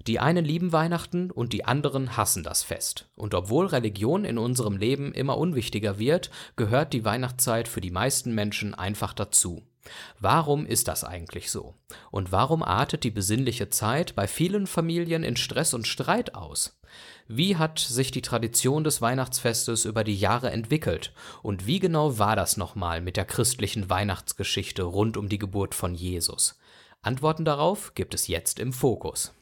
Die einen lieben Weihnachten und die anderen hassen das Fest. Und obwohl Religion in unserem Leben immer unwichtiger wird, gehört die Weihnachtszeit für die meisten Menschen einfach dazu. Warum ist das eigentlich so? Und warum artet die besinnliche Zeit bei vielen Familien in Stress und Streit aus? Wie hat sich die Tradition des Weihnachtsfestes über die Jahre entwickelt? Und wie genau war das nochmal mit der christlichen Weihnachtsgeschichte rund um die Geburt von Jesus? Antworten darauf gibt es jetzt im Fokus.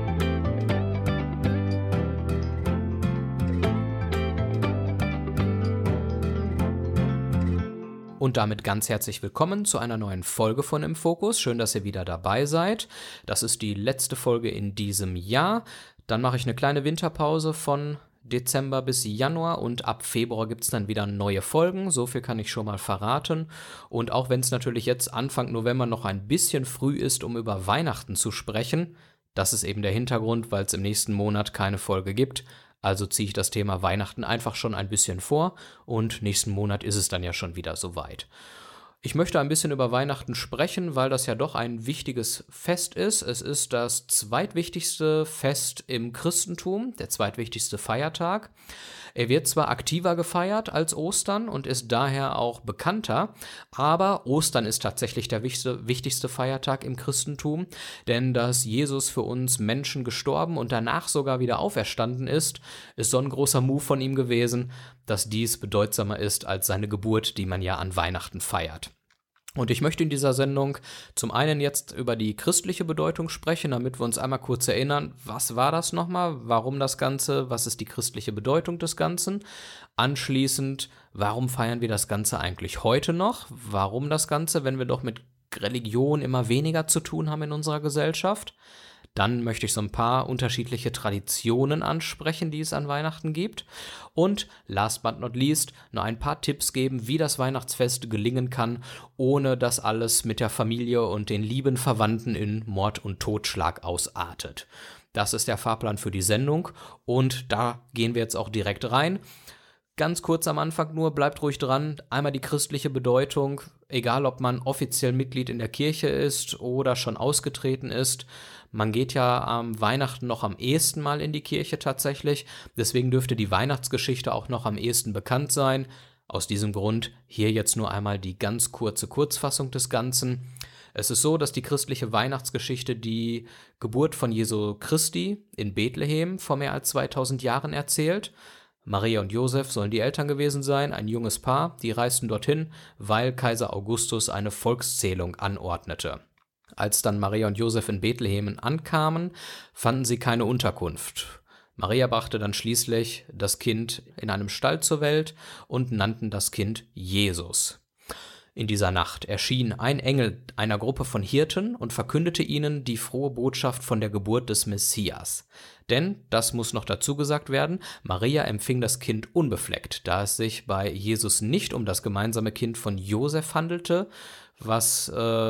Und damit ganz herzlich willkommen zu einer neuen Folge von Im Fokus. Schön, dass ihr wieder dabei seid. Das ist die letzte Folge in diesem Jahr. Dann mache ich eine kleine Winterpause von Dezember bis Januar und ab Februar gibt es dann wieder neue Folgen. So viel kann ich schon mal verraten. Und auch wenn es natürlich jetzt Anfang November noch ein bisschen früh ist, um über Weihnachten zu sprechen, das ist eben der Hintergrund, weil es im nächsten Monat keine Folge gibt. Also ziehe ich das Thema Weihnachten einfach schon ein bisschen vor und nächsten Monat ist es dann ja schon wieder soweit. Ich möchte ein bisschen über Weihnachten sprechen, weil das ja doch ein wichtiges Fest ist. Es ist das zweitwichtigste Fest im Christentum, der zweitwichtigste Feiertag. Er wird zwar aktiver gefeiert als Ostern und ist daher auch bekannter, aber Ostern ist tatsächlich der wichtigste Feiertag im Christentum, denn dass Jesus für uns Menschen gestorben und danach sogar wieder auferstanden ist so ein großer Move von ihm gewesen, dass dies bedeutsamer ist als seine Geburt, die man ja an Weihnachten feiert. Und ich möchte in dieser Sendung zum einen jetzt über die christliche Bedeutung sprechen, damit wir uns einmal kurz erinnern, was war das nochmal, warum das Ganze, was ist die christliche Bedeutung des Ganzen. Anschließend, warum feiern wir das Ganze eigentlich heute noch? Warum das Ganze, wenn wir doch mit Religion immer weniger zu tun haben in unserer Gesellschaft? Dann möchte ich so ein paar unterschiedliche Traditionen ansprechen, die es an Weihnachten gibt. Und last but not least noch ein paar Tipps geben, wie das Weihnachtsfest gelingen kann, ohne dass alles mit der Familie und den lieben Verwandten in Mord und Totschlag ausartet. Das ist der Fahrplan für die Sendung und da gehen wir jetzt auch direkt rein. Ganz kurz am Anfang nur, bleibt ruhig dran. Einmal die christliche Bedeutung, egal ob man offiziell Mitglied in der Kirche ist oder schon ausgetreten ist. Man geht ja am Weihnachten noch am ehesten mal in die Kirche tatsächlich. Deswegen dürfte die Weihnachtsgeschichte auch noch am ehesten bekannt sein. Aus diesem Grund hier jetzt nur einmal die ganz kurze Kurzfassung des Ganzen. Es ist so, dass die christliche Weihnachtsgeschichte die Geburt von Jesu Christi in Bethlehem vor mehr als 2000 Jahren erzählt. Maria und Josef sollen die Eltern gewesen sein, ein junges Paar, die reisten dorthin, weil Kaiser Augustus eine Volkszählung anordnete. Als dann Maria und Josef in Bethlehem ankamen, fanden sie keine Unterkunft. Maria brachte dann schließlich das Kind in einem Stall zur Welt und nannten das Kind Jesus. In dieser Nacht erschien ein Engel einer Gruppe von Hirten und verkündete ihnen die frohe Botschaft von der Geburt des Messias. Denn, das muss noch dazu gesagt werden, Maria empfing das Kind unbefleckt, da es sich bei Jesus nicht um das gemeinsame Kind von Josef handelte, was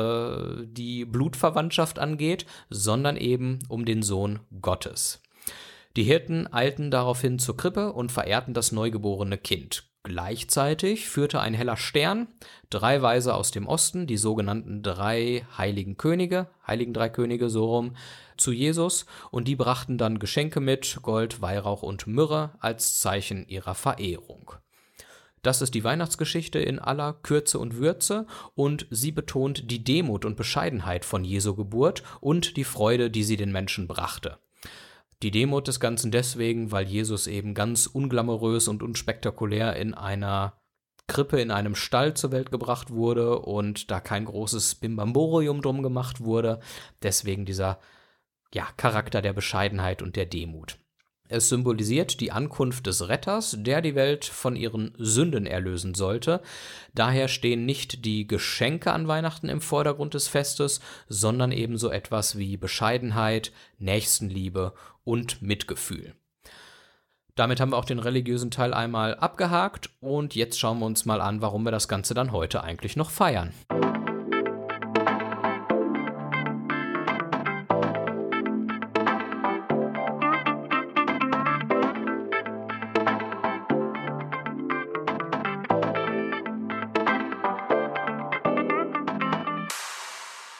die Blutverwandtschaft angeht, sondern eben um den Sohn Gottes. Die Hirten eilten daraufhin zur Krippe und verehrten das neugeborene Kind. Gleichzeitig führte ein heller Stern 3 Weise aus dem Osten, die sogenannten 3 heiligen drei Könige so rum, zu Jesus und die brachten dann Geschenke mit, Gold, Weihrauch und Myrrhe als Zeichen ihrer Verehrung. Das ist die Weihnachtsgeschichte in aller Kürze und Würze und sie betont die Demut und Bescheidenheit von Jesu Geburt und die Freude, die sie den Menschen brachte. Die Demut des Ganzen deswegen, weil Jesus eben ganz unglamourös und unspektakulär in einer Krippe in einem Stall zur Welt gebracht wurde und da kein großes Bimbamborium drum gemacht wurde. Deswegen dieser Charakter der Bescheidenheit und der Demut. Es symbolisiert die Ankunft des Retters, der die Welt von ihren Sünden erlösen sollte. Daher stehen nicht die Geschenke an Weihnachten im Vordergrund des Festes, sondern ebenso etwas wie Bescheidenheit, Nächstenliebe und Mitgefühl. Damit haben wir auch den religiösen Teil einmal abgehakt und jetzt schauen wir uns mal an, warum wir das Ganze dann heute eigentlich noch feiern.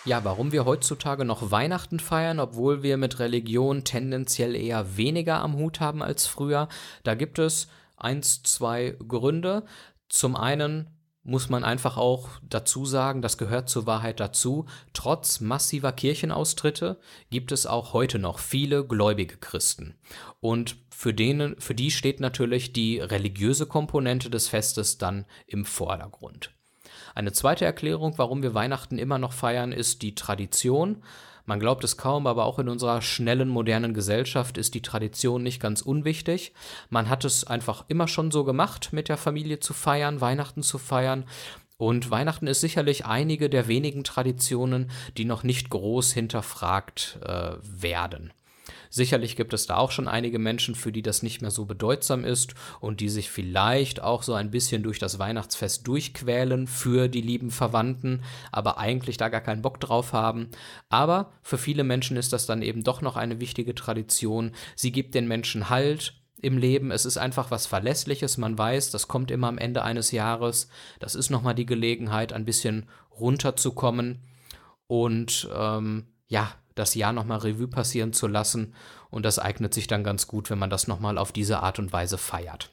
Ja, warum wir heutzutage noch Weihnachten feiern, obwohl wir mit Religion tendenziell eher weniger am Hut haben als früher, da gibt es eins, zwei Gründe. Zum einen muss man einfach auch dazu sagen, das gehört zur Wahrheit dazu, trotz massiver Kirchenaustritte gibt es auch heute noch viele gläubige Christen. Und für die steht natürlich die religiöse Komponente des Festes dann im Vordergrund. Eine zweite Erklärung, warum wir Weihnachten immer noch feiern, ist die Tradition. Man glaubt es kaum, aber auch in unserer schnellen, modernen Gesellschaft ist die Tradition nicht ganz unwichtig. Man hat es einfach immer schon so gemacht, mit der Familie zu feiern, Weihnachten zu feiern. Und Weihnachten ist sicherlich einige der wenigen Traditionen, die noch nicht groß hinterfragt werden. Sicherlich gibt es da auch schon einige Menschen, für die das nicht mehr so bedeutsam ist und die sich vielleicht auch so ein bisschen durch das Weihnachtsfest durchquälen für die lieben Verwandten, aber eigentlich da gar keinen Bock drauf haben. Aber für viele Menschen ist das dann eben doch noch eine wichtige Tradition. Sie gibt den Menschen Halt im Leben. Es ist einfach was Verlässliches. Man weiß, das kommt immer am Ende eines Jahres. Das ist nochmal die Gelegenheit, ein bisschen runterzukommen und das Jahr nochmal Revue passieren zu lassen, und das eignet sich dann ganz gut, wenn man das nochmal auf diese Art und Weise feiert.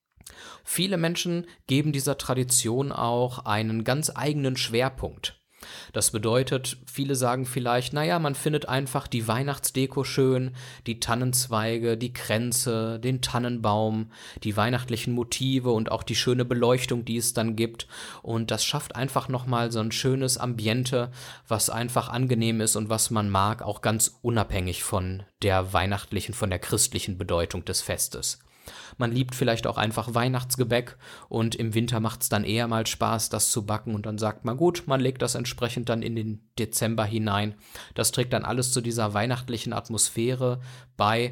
Viele Menschen geben dieser Tradition auch einen ganz eigenen Schwerpunkt. Das bedeutet, viele sagen vielleicht, naja, man findet einfach die Weihnachtsdeko schön, die Tannenzweige, die Kränze, den Tannenbaum, die weihnachtlichen Motive und auch die schöne Beleuchtung, die es dann gibt. Und das schafft einfach nochmal so ein schönes Ambiente, was einfach angenehm ist und was man mag, auch ganz unabhängig von der weihnachtlichen, von der christlichen Bedeutung des Festes. Man liebt vielleicht auch einfach Weihnachtsgebäck und im Winter macht es dann eher mal Spaß, das zu backen, und dann sagt man, gut, man legt das entsprechend dann in den Dezember hinein. Das trägt dann alles zu dieser weihnachtlichen Atmosphäre bei,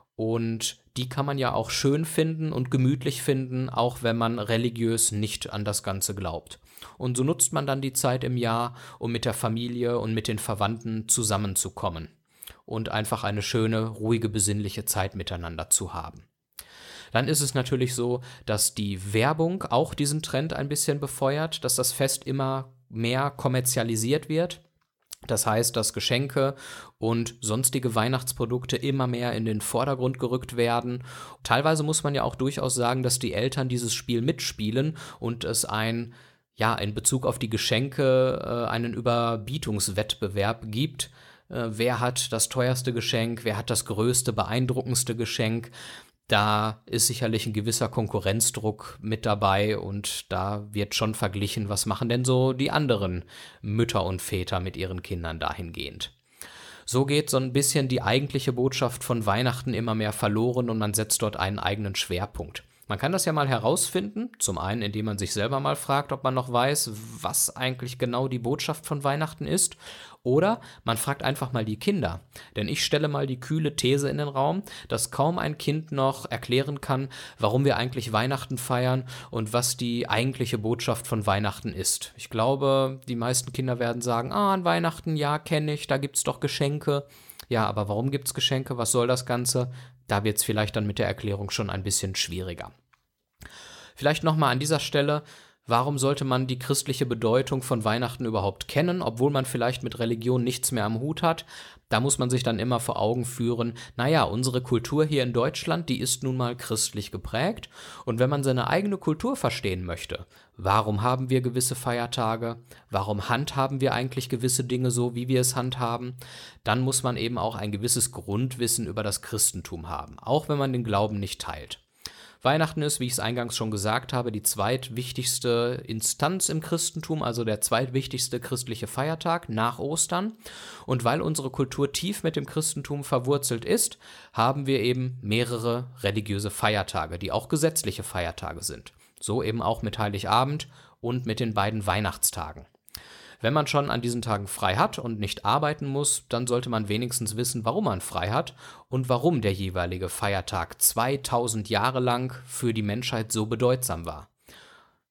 und die kann man ja auch schön finden und gemütlich finden, auch wenn man religiös nicht an das Ganze glaubt. Und so nutzt man dann die Zeit im Jahr, um mit der Familie und mit den Verwandten zusammenzukommen und einfach eine schöne, ruhige, besinnliche Zeit miteinander zu haben. Dann ist es natürlich so, dass die Werbung auch diesen Trend ein bisschen befeuert, dass das Fest immer mehr kommerzialisiert wird. Das heißt, dass Geschenke und sonstige Weihnachtsprodukte immer mehr in den Vordergrund gerückt werden. Teilweise muss man ja auch durchaus sagen, dass die Eltern dieses Spiel mitspielen und es in Bezug auf die Geschenke einen Überbietungswettbewerb gibt. Wer hat das teuerste Geschenk? Wer hat das größte, beeindruckendste Geschenk? Da ist sicherlich ein gewisser Konkurrenzdruck mit dabei, und da wird schon verglichen, was machen denn so die anderen Mütter und Väter mit ihren Kindern dahingehend. So geht so ein bisschen die eigentliche Botschaft von Weihnachten immer mehr verloren, und man setzt dort einen eigenen Schwerpunkt. Man kann das ja mal herausfinden, zum einen, indem man sich selber mal fragt, ob man noch weiß, was eigentlich genau die Botschaft von Weihnachten ist, oder man fragt einfach mal die Kinder. Denn ich stelle mal die kühle These in den Raum, dass kaum ein Kind noch erklären kann, warum wir eigentlich Weihnachten feiern und was die eigentliche Botschaft von Weihnachten ist. Ich glaube, die meisten Kinder werden sagen, an Weihnachten, ja, kenne ich, da gibt's doch Geschenke. Ja, aber warum gibt's Geschenke? Was soll das Ganze? Da wird's vielleicht dann mit der Erklärung schon ein bisschen schwieriger. Vielleicht nochmal an dieser Stelle, warum sollte man die christliche Bedeutung von Weihnachten überhaupt kennen, obwohl man vielleicht mit Religion nichts mehr am Hut hat? Da muss man sich dann immer vor Augen führen, naja, unsere Kultur hier in Deutschland, die ist nun mal christlich geprägt, und wenn man seine eigene Kultur verstehen möchte, warum haben wir gewisse Feiertage, warum handhaben wir eigentlich gewisse Dinge so, wie wir es handhaben, dann muss man eben auch ein gewisses Grundwissen über das Christentum haben, auch wenn man den Glauben nicht teilt. Weihnachten ist, wie ich es eingangs schon gesagt habe, die zweitwichtigste Instanz im Christentum, also der zweitwichtigste christliche Feiertag nach Ostern. Und weil unsere Kultur tief mit dem Christentum verwurzelt ist, haben wir eben mehrere religiöse Feiertage, die auch gesetzliche Feiertage sind. So eben auch mit Heiligabend und mit den beiden Weihnachtstagen. Wenn man schon an diesen Tagen frei hat und nicht arbeiten muss, dann sollte man wenigstens wissen, warum man frei hat und warum der jeweilige Feiertag 2000 Jahre lang für die Menschheit so bedeutsam war.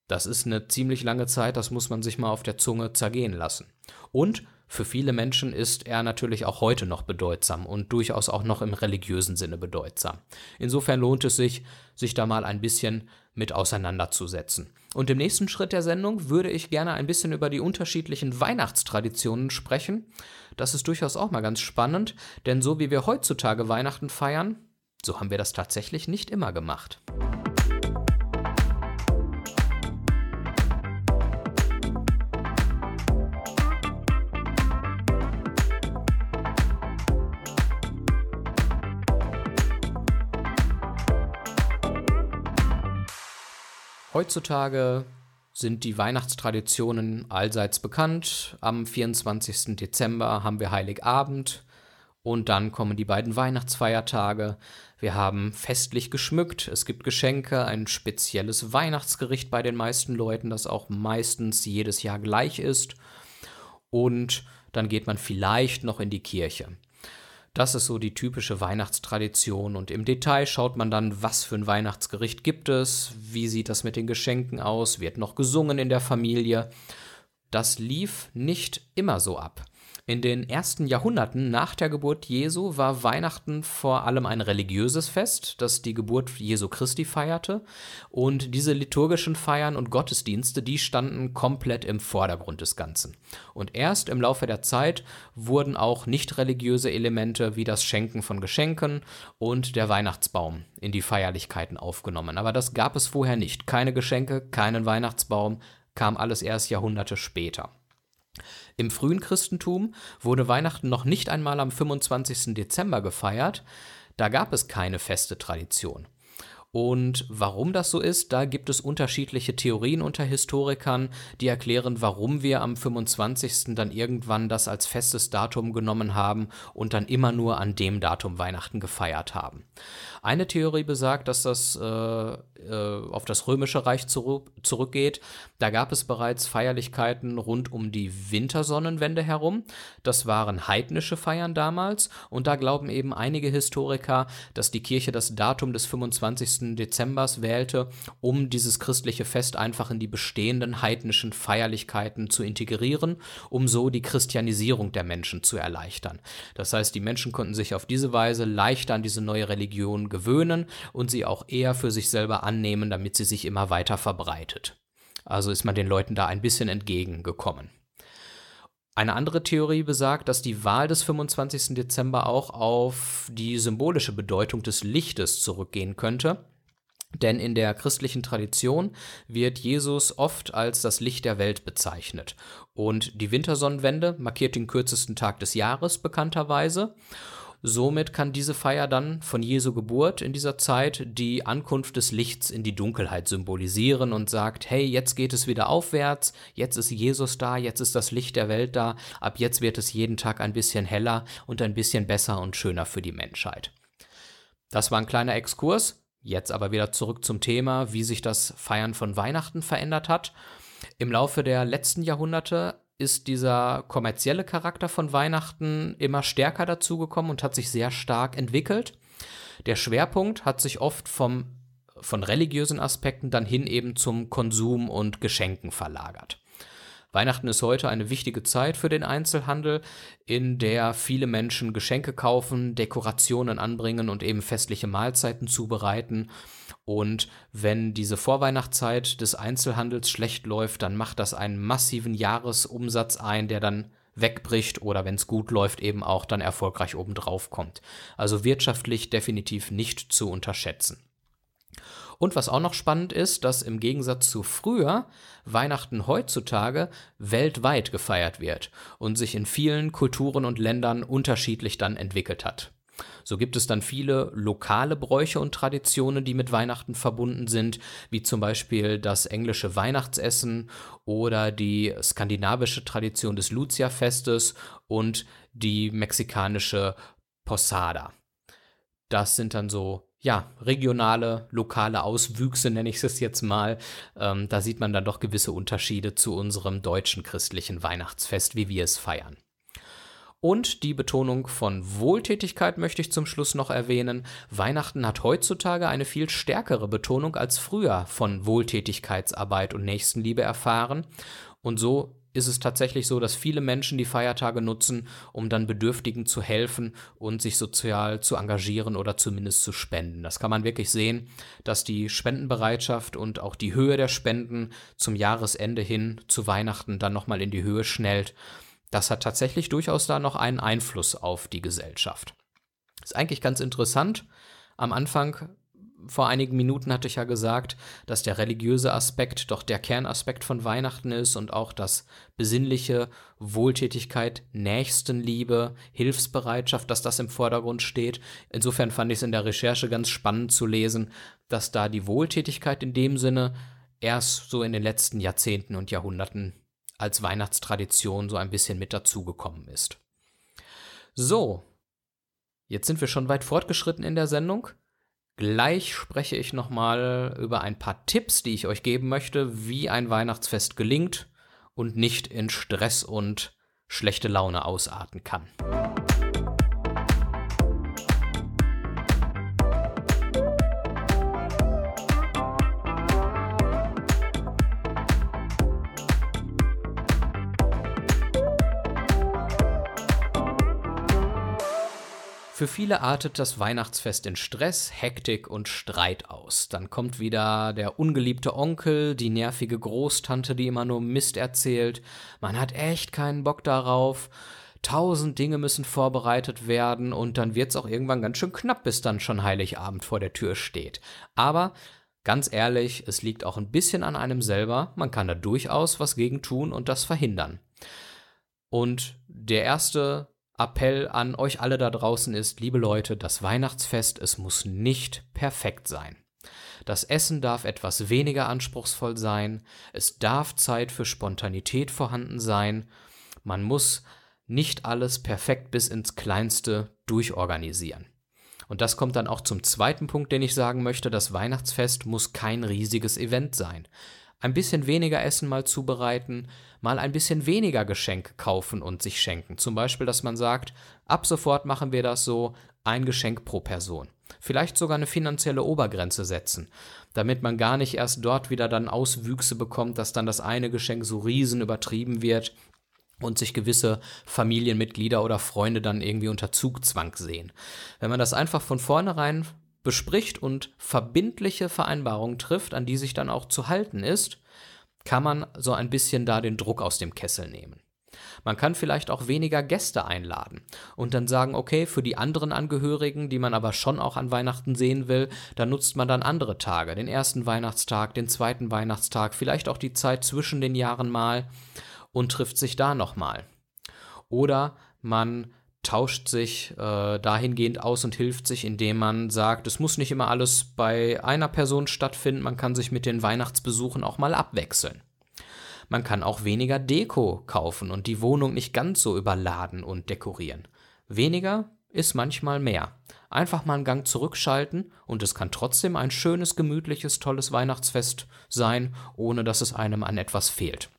Das ist eine ziemlich lange Zeit, das muss man sich mal auf der Zunge zergehen lassen. Und für viele Menschen ist er natürlich auch heute noch bedeutsam und durchaus auch noch im religiösen Sinne bedeutsam. Insofern lohnt es sich, sich da mal ein bisschen mit auseinanderzusetzen. Und im nächsten Schritt der Sendung würde ich gerne ein bisschen über die unterschiedlichen Weihnachtstraditionen sprechen. Das ist durchaus auch mal ganz spannend, denn so wie wir heutzutage Weihnachten feiern, so haben wir das tatsächlich nicht immer gemacht. Heutzutage sind die Weihnachtstraditionen allseits bekannt. Am 24. Dezember haben wir Heiligabend und dann kommen die beiden Weihnachtsfeiertage. Wir haben festlich geschmückt, es gibt Geschenke, ein spezielles Weihnachtsgericht bei den meisten Leuten, das auch meistens jedes Jahr gleich ist. Und dann geht man vielleicht noch in die Kirche. Das ist so die typische Weihnachtstradition und im Detail schaut man dann, was für ein Weihnachtsgericht gibt es, wie sieht das mit den Geschenken aus, wird noch gesungen in der Familie. Das lief nicht immer so ab. In den ersten Jahrhunderten nach der Geburt Jesu war Weihnachten vor allem ein religiöses Fest, das die Geburt Jesu Christi feierte. Und diese liturgischen Feiern und Gottesdienste, die standen komplett im Vordergrund des Ganzen. Und erst im Laufe der Zeit wurden auch nicht religiöse Elemente wie das Schenken von Geschenken und der Weihnachtsbaum in die Feierlichkeiten aufgenommen. Aber das gab es vorher nicht. Keine Geschenke, keinen Weihnachtsbaum, kam alles erst Jahrhunderte später. Im frühen Christentum wurde Weihnachten noch nicht einmal am 25. Dezember gefeiert, da gab es keine feste Tradition. Und warum das so ist, da gibt es unterschiedliche Theorien unter Historikern, die erklären, warum wir am 25. dann irgendwann das als festes Datum genommen haben und dann immer nur an dem Datum Weihnachten gefeiert haben. Eine Theorie besagt, dass das auf das Römische Reich zurückgeht. Da gab es bereits Feierlichkeiten rund um die Wintersonnenwende herum. Das waren heidnische Feiern damals und da glauben eben einige Historiker, dass die Kirche das Datum des 25. Dezembers wählte, um dieses christliche Fest einfach in die bestehenden heidnischen Feierlichkeiten zu integrieren, um so die Christianisierung der Menschen zu erleichtern. Das heißt, die Menschen konnten sich auf diese Weise leichter an diese neue Religion gewöhnen und sie auch eher für sich selber annehmen, damit sie sich immer weiter verbreitet. Also ist man den Leuten da ein bisschen entgegengekommen. Eine andere Theorie besagt, dass die Wahl des 25. Dezember auch auf die symbolische Bedeutung des Lichtes zurückgehen könnte. Denn in der christlichen Tradition wird Jesus oft als das Licht der Welt bezeichnet. Und die Wintersonnenwende markiert den kürzesten Tag des Jahres bekannterweise. Somit kann diese Feier dann von Jesu Geburt in dieser Zeit die Ankunft des Lichts in die Dunkelheit symbolisieren und sagt, hey, jetzt geht es wieder aufwärts, jetzt ist Jesus da, jetzt ist das Licht der Welt da, ab jetzt wird es jeden Tag ein bisschen heller und ein bisschen besser und schöner für die Menschheit. Das war ein kleiner Exkurs, jetzt aber wieder zurück zum Thema, wie sich das Feiern von Weihnachten verändert hat. Im Laufe der letzten Jahrhunderte ist dieser kommerzielle Charakter von Weihnachten immer stärker dazugekommen und hat sich sehr stark entwickelt. Der Schwerpunkt hat sich oft von religiösen Aspekten dann hin eben zum Konsum und Geschenken verlagert. Weihnachten ist heute eine wichtige Zeit für den Einzelhandel, in der viele Menschen Geschenke kaufen, Dekorationen anbringen und eben festliche Mahlzeiten zubereiten. Und wenn diese Vorweihnachtszeit des Einzelhandels schlecht läuft, dann macht das einen massiven Jahresumsatz ein, der dann wegbricht oder wenn es gut läuft, eben auch dann erfolgreich obendrauf kommt. Also wirtschaftlich definitiv nicht zu unterschätzen. Und was auch noch spannend ist, dass im Gegensatz zu früher Weihnachten heutzutage weltweit gefeiert wird und sich in vielen Kulturen und Ländern unterschiedlich dann entwickelt hat. So gibt es dann viele lokale Bräuche und Traditionen, die mit Weihnachten verbunden sind, wie zum Beispiel das englische Weihnachtsessen oder die skandinavische Tradition des Lucia-Festes und die mexikanische Posada. Das sind dann so regionale, lokale Auswüchse, nenne ich es jetzt mal. Da sieht man dann doch gewisse Unterschiede zu unserem deutschen christlichen Weihnachtsfest, wie wir es feiern. Und die Betonung von Wohltätigkeit möchte ich zum Schluss noch erwähnen. Weihnachten hat heutzutage eine viel stärkere Betonung als früher von Wohltätigkeitsarbeit und Nächstenliebe erfahren. Und so ist es tatsächlich so, dass viele Menschen die Feiertage nutzen, um dann Bedürftigen zu helfen und sich sozial zu engagieren oder zumindest zu spenden. Das kann man wirklich sehen, dass die Spendenbereitschaft und auch die Höhe der Spenden zum Jahresende hin zu Weihnachten dann nochmal in die Höhe schnellt. Das hat tatsächlich durchaus da noch einen Einfluss auf die Gesellschaft. Ist eigentlich ganz interessant. Am Anfang, vor einigen Minuten hatte ich ja gesagt, dass der religiöse Aspekt doch der Kernaspekt von Weihnachten ist und auch das besinnliche, Wohltätigkeit, Nächstenliebe, Hilfsbereitschaft, dass das im Vordergrund steht. Insofern fand ich es in der Recherche ganz spannend zu lesen, dass da die Wohltätigkeit in dem Sinne erst so in den letzten Jahrzehnten und Jahrhunderten als Weihnachtstradition so ein bisschen mit dazugekommen ist. So, jetzt sind wir schon weit fortgeschritten in der Sendung. Gleich spreche ich nochmal über ein paar Tipps, die ich euch geben möchte, wie ein Weihnachtsfest gelingt und nicht in Stress und schlechte Laune ausarten kann. Für viele artet das Weihnachtsfest in Stress, Hektik und Streit aus. Dann kommt wieder der ungeliebte Onkel, die nervige Großtante, die immer nur Mist erzählt. Man hat echt keinen Bock darauf. 1000 Dinge müssen vorbereitet werden und dann wird's auch irgendwann ganz schön knapp, bis dann schon Heiligabend vor der Tür steht. Aber ganz ehrlich, es liegt auch ein bisschen an einem selber. Man kann da durchaus was gegen tun und das verhindern. Und der erste Appell an euch alle da draußen ist, liebe Leute, das Weihnachtsfest, es muss nicht perfekt sein. Das Essen darf etwas weniger anspruchsvoll sein, es darf Zeit für Spontanität vorhanden sein, man muss nicht alles perfekt bis ins Kleinste durchorganisieren. Und das kommt dann auch zum zweiten Punkt, den ich sagen möchte, das Weihnachtsfest muss kein riesiges Event sein. Ein bisschen weniger Essen mal zubereiten, mal ein bisschen weniger Geschenke kaufen und sich schenken. Zum Beispiel, dass man sagt, ab sofort machen wir das so, ein Geschenk pro Person. Vielleicht sogar eine finanzielle Obergrenze setzen, damit man gar nicht erst dort wieder dann Auswüchse bekommt, dass dann das eine Geschenk so riesen übertrieben wird und sich gewisse Familienmitglieder oder Freunde dann irgendwie unter Zugzwang sehen. Wenn man das einfach von vornherein bespricht und verbindliche Vereinbarungen trifft, an die sich dann auch zu halten ist, kann man so ein bisschen da den Druck aus dem Kessel nehmen. Man kann vielleicht auch weniger Gäste einladen und dann sagen, okay, für die anderen Angehörigen, die man aber schon auch an Weihnachten sehen will, da nutzt man dann andere Tage, den ersten Weihnachtstag, den zweiten Weihnachtstag, vielleicht auch die Zeit zwischen den Jahren mal und trifft sich da nochmal. Oder man tauscht sich dahingehend aus und hilft sich, indem man sagt, es muss nicht immer alles bei einer Person stattfinden, man kann sich mit den Weihnachtsbesuchen auch mal abwechseln. Man kann auch weniger Deko kaufen und die Wohnung nicht ganz so überladen und dekorieren. Weniger ist manchmal mehr. Einfach mal einen Gang zurückschalten und es kann trotzdem ein schönes, gemütliches, tolles Weihnachtsfest sein, ohne dass es einem an etwas fehlt.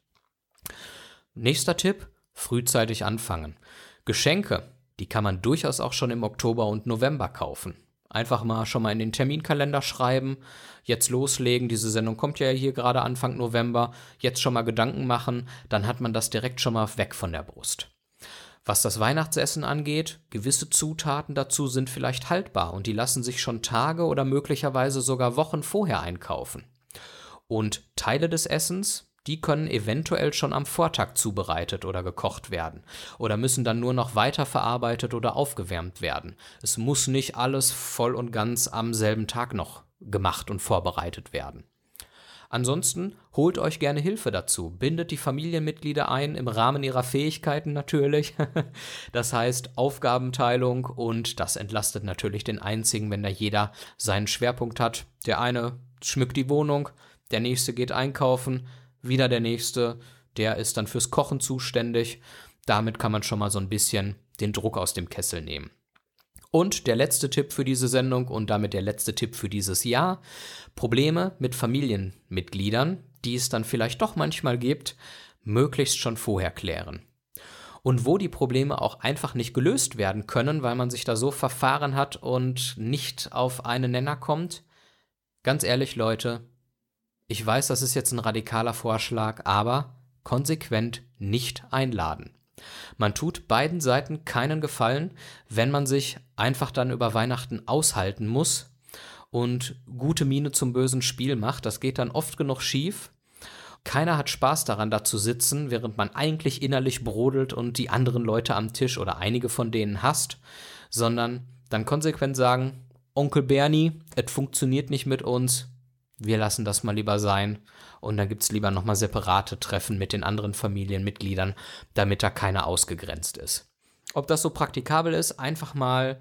Nächster Tipp, frühzeitig anfangen. Geschenke, die kann man durchaus auch schon im Oktober und November kaufen. Einfach mal schon mal in den Terminkalender schreiben, jetzt loslegen, diese Sendung kommt ja hier gerade Anfang November, jetzt schon mal Gedanken machen, dann hat man das direkt schon mal weg von der Brust. Was das Weihnachtsessen angeht, gewisse Zutaten dazu sind vielleicht haltbar und die lassen sich schon Tage oder möglicherweise sogar Wochen vorher einkaufen. Und Teile des Essens, die können eventuell schon am Vortag zubereitet oder gekocht werden oder müssen dann nur noch weiterverarbeitet oder aufgewärmt werden. Es muss nicht alles voll und ganz am selben Tag noch gemacht und vorbereitet werden. Ansonsten holt euch gerne Hilfe dazu, bindet die Familienmitglieder ein, im Rahmen ihrer Fähigkeiten natürlich. Das heißt Aufgabenteilung und das entlastet natürlich den Einzigen, wenn da jeder seinen Schwerpunkt hat. Der eine schmückt die Wohnung, der nächste geht einkaufen, wieder der nächste, der ist dann fürs Kochen zuständig. Damit kann man schon mal so ein bisschen den Druck aus dem Kessel nehmen. Und der letzte Tipp für diese Sendung und damit der letzte Tipp für dieses Jahr: Probleme mit Familienmitgliedern, die es dann vielleicht doch manchmal gibt, möglichst schon vorher klären. und wo die Probleme auch einfach nicht gelöst werden können, weil man sich da so verfahren hat und nicht auf einen Nenner kommt. Ganz ehrlich, Leute, ich weiß, das ist jetzt ein radikaler Vorschlag, aber konsequent nicht einladen. Man tut beiden Seiten keinen Gefallen, wenn man sich einfach dann über Weihnachten aushalten muss und gute Miene zum bösen Spiel macht. Das geht dann oft genug schief. Keiner hat Spaß daran, da zu sitzen, während man eigentlich innerlich brodelt und die anderen Leute am Tisch oder einige von denen hasst, sondern dann konsequent sagen, Onkel Bernie, es funktioniert nicht mit uns, wir lassen das mal lieber sein und dann gibt es lieber nochmal separate Treffen mit den anderen Familienmitgliedern, damit da keiner ausgegrenzt ist. Ob das so praktikabel ist, einfach mal,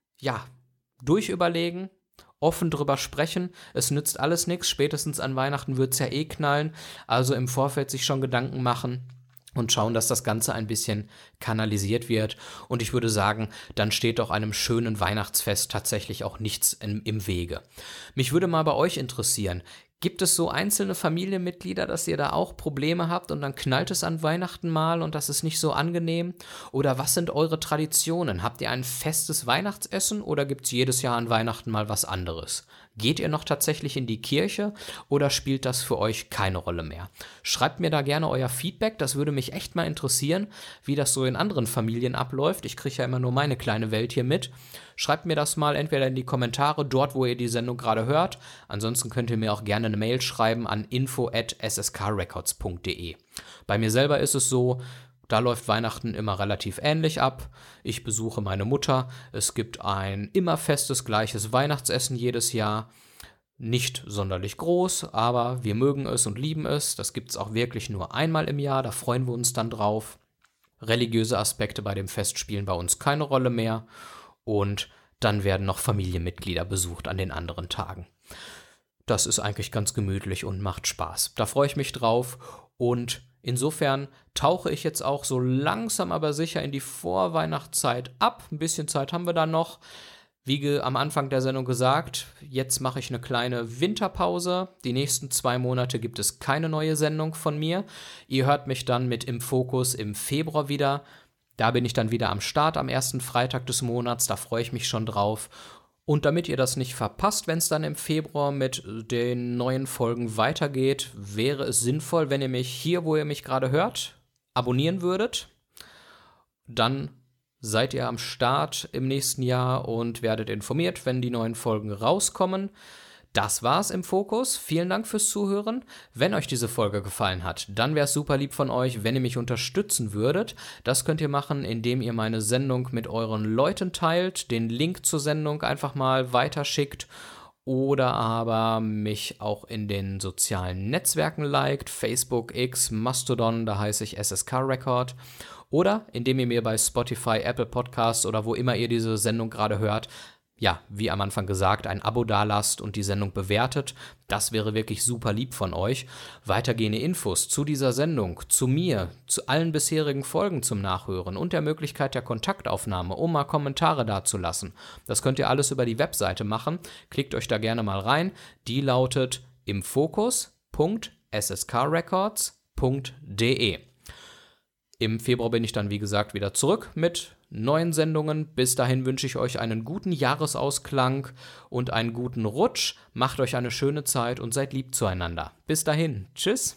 durchüberlegen, offen drüber sprechen, es nützt alles nichts, spätestens an Weihnachten wird es ja eh knallen, also im Vorfeld sich schon Gedanken machen und schauen, dass das Ganze ein bisschen kanalisiert wird. Und ich würde sagen, dann steht doch einem schönen Weihnachtsfest tatsächlich auch nichts im Wege. Mich würde mal bei euch interessieren, gibt es so einzelne Familienmitglieder, dass ihr da auch Probleme habt und dann knallt es an Weihnachten mal und das ist nicht so angenehm? Oder was sind eure Traditionen? Habt ihr ein festes Weihnachtsessen oder gibt es jedes Jahr an Weihnachten mal was anderes? Geht ihr noch tatsächlich in die Kirche oder spielt das für euch keine Rolle mehr? Schreibt mir da gerne euer Feedback, das würde mich echt mal interessieren, wie das so in anderen Familien abläuft. Ich kriege ja immer nur meine kleine Welt hier mit. Schreibt mir das mal entweder in die Kommentare, dort wo ihr die Sendung gerade hört. Ansonsten könnt ihr mir auch gerne eine Mail schreiben an info@sskrecords.de. Bei mir selber ist es so, da läuft Weihnachten immer relativ ähnlich ab. Ich besuche meine Mutter. Es gibt ein immer festes, gleiches Weihnachtsessen jedes Jahr. Nicht sonderlich groß, aber wir mögen es und lieben es. Das gibt es auch wirklich nur einmal im Jahr, da freuen wir uns dann drauf. Religiöse Aspekte bei dem Fest spielen bei uns keine Rolle mehr. Und dann werden noch Familienmitglieder besucht an den anderen Tagen. Das ist eigentlich ganz gemütlich und macht Spaß. Da freue ich mich drauf und insofern tauche ich jetzt auch so langsam aber sicher in die Vorweihnachtszeit ab. Ein bisschen Zeit haben wir da noch. Wie am Anfang der Sendung gesagt, jetzt mache ich eine kleine Winterpause. Die nächsten 2 Monate gibt es keine neue Sendung von mir. Ihr hört mich dann mit Im Fokus im Februar wieder. Da bin ich dann wieder am Start am ersten Freitag des Monats. Da freue ich mich schon drauf. Und damit ihr das nicht verpasst, wenn es dann im Februar mit den neuen Folgen weitergeht, wäre es sinnvoll, wenn ihr mich hier, wo ihr mich gerade hört, abonnieren würdet. Dann seid ihr am Start im nächsten Jahr und werdet informiert, wenn die neuen Folgen rauskommen. Das war's im Fokus. Vielen Dank fürs Zuhören. Wenn euch diese Folge gefallen hat, dann wäre es super lieb von euch, wenn ihr mich unterstützen würdet. Das könnt ihr machen, indem ihr meine Sendung mit euren Leuten teilt, den Link zur Sendung einfach mal weiterschickt oder aber mich auch in den sozialen Netzwerken liked, Facebook, X, Mastodon, da heiße ich SSK Record. Oder indem ihr mir bei Spotify, Apple Podcasts oder wo immer ihr diese Sendung gerade hört, wie am Anfang gesagt, ein Abo dalasst und die Sendung bewertet. Das wäre wirklich super lieb von euch. Weitergehende Infos zu dieser Sendung, zu mir, zu allen bisherigen Folgen zum Nachhören und der Möglichkeit der Kontaktaufnahme, um mal Kommentare dazulassen. Das könnt ihr alles über die Webseite machen. Klickt euch da gerne mal rein. Die lautet imfokus.sskrecords.de. Im Februar bin ich dann, wie gesagt, wieder zurück mit neuen Sendungen. Bis dahin wünsche ich euch einen guten Jahresausklang und einen guten Rutsch. Macht euch eine schöne Zeit und seid lieb zueinander. Bis dahin. Tschüss.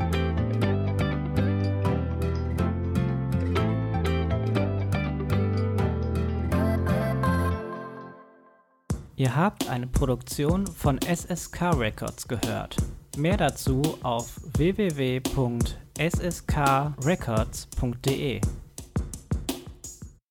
Ihr habt eine Produktion von SSK Records gehört. Mehr dazu auf www.sskrecords.de.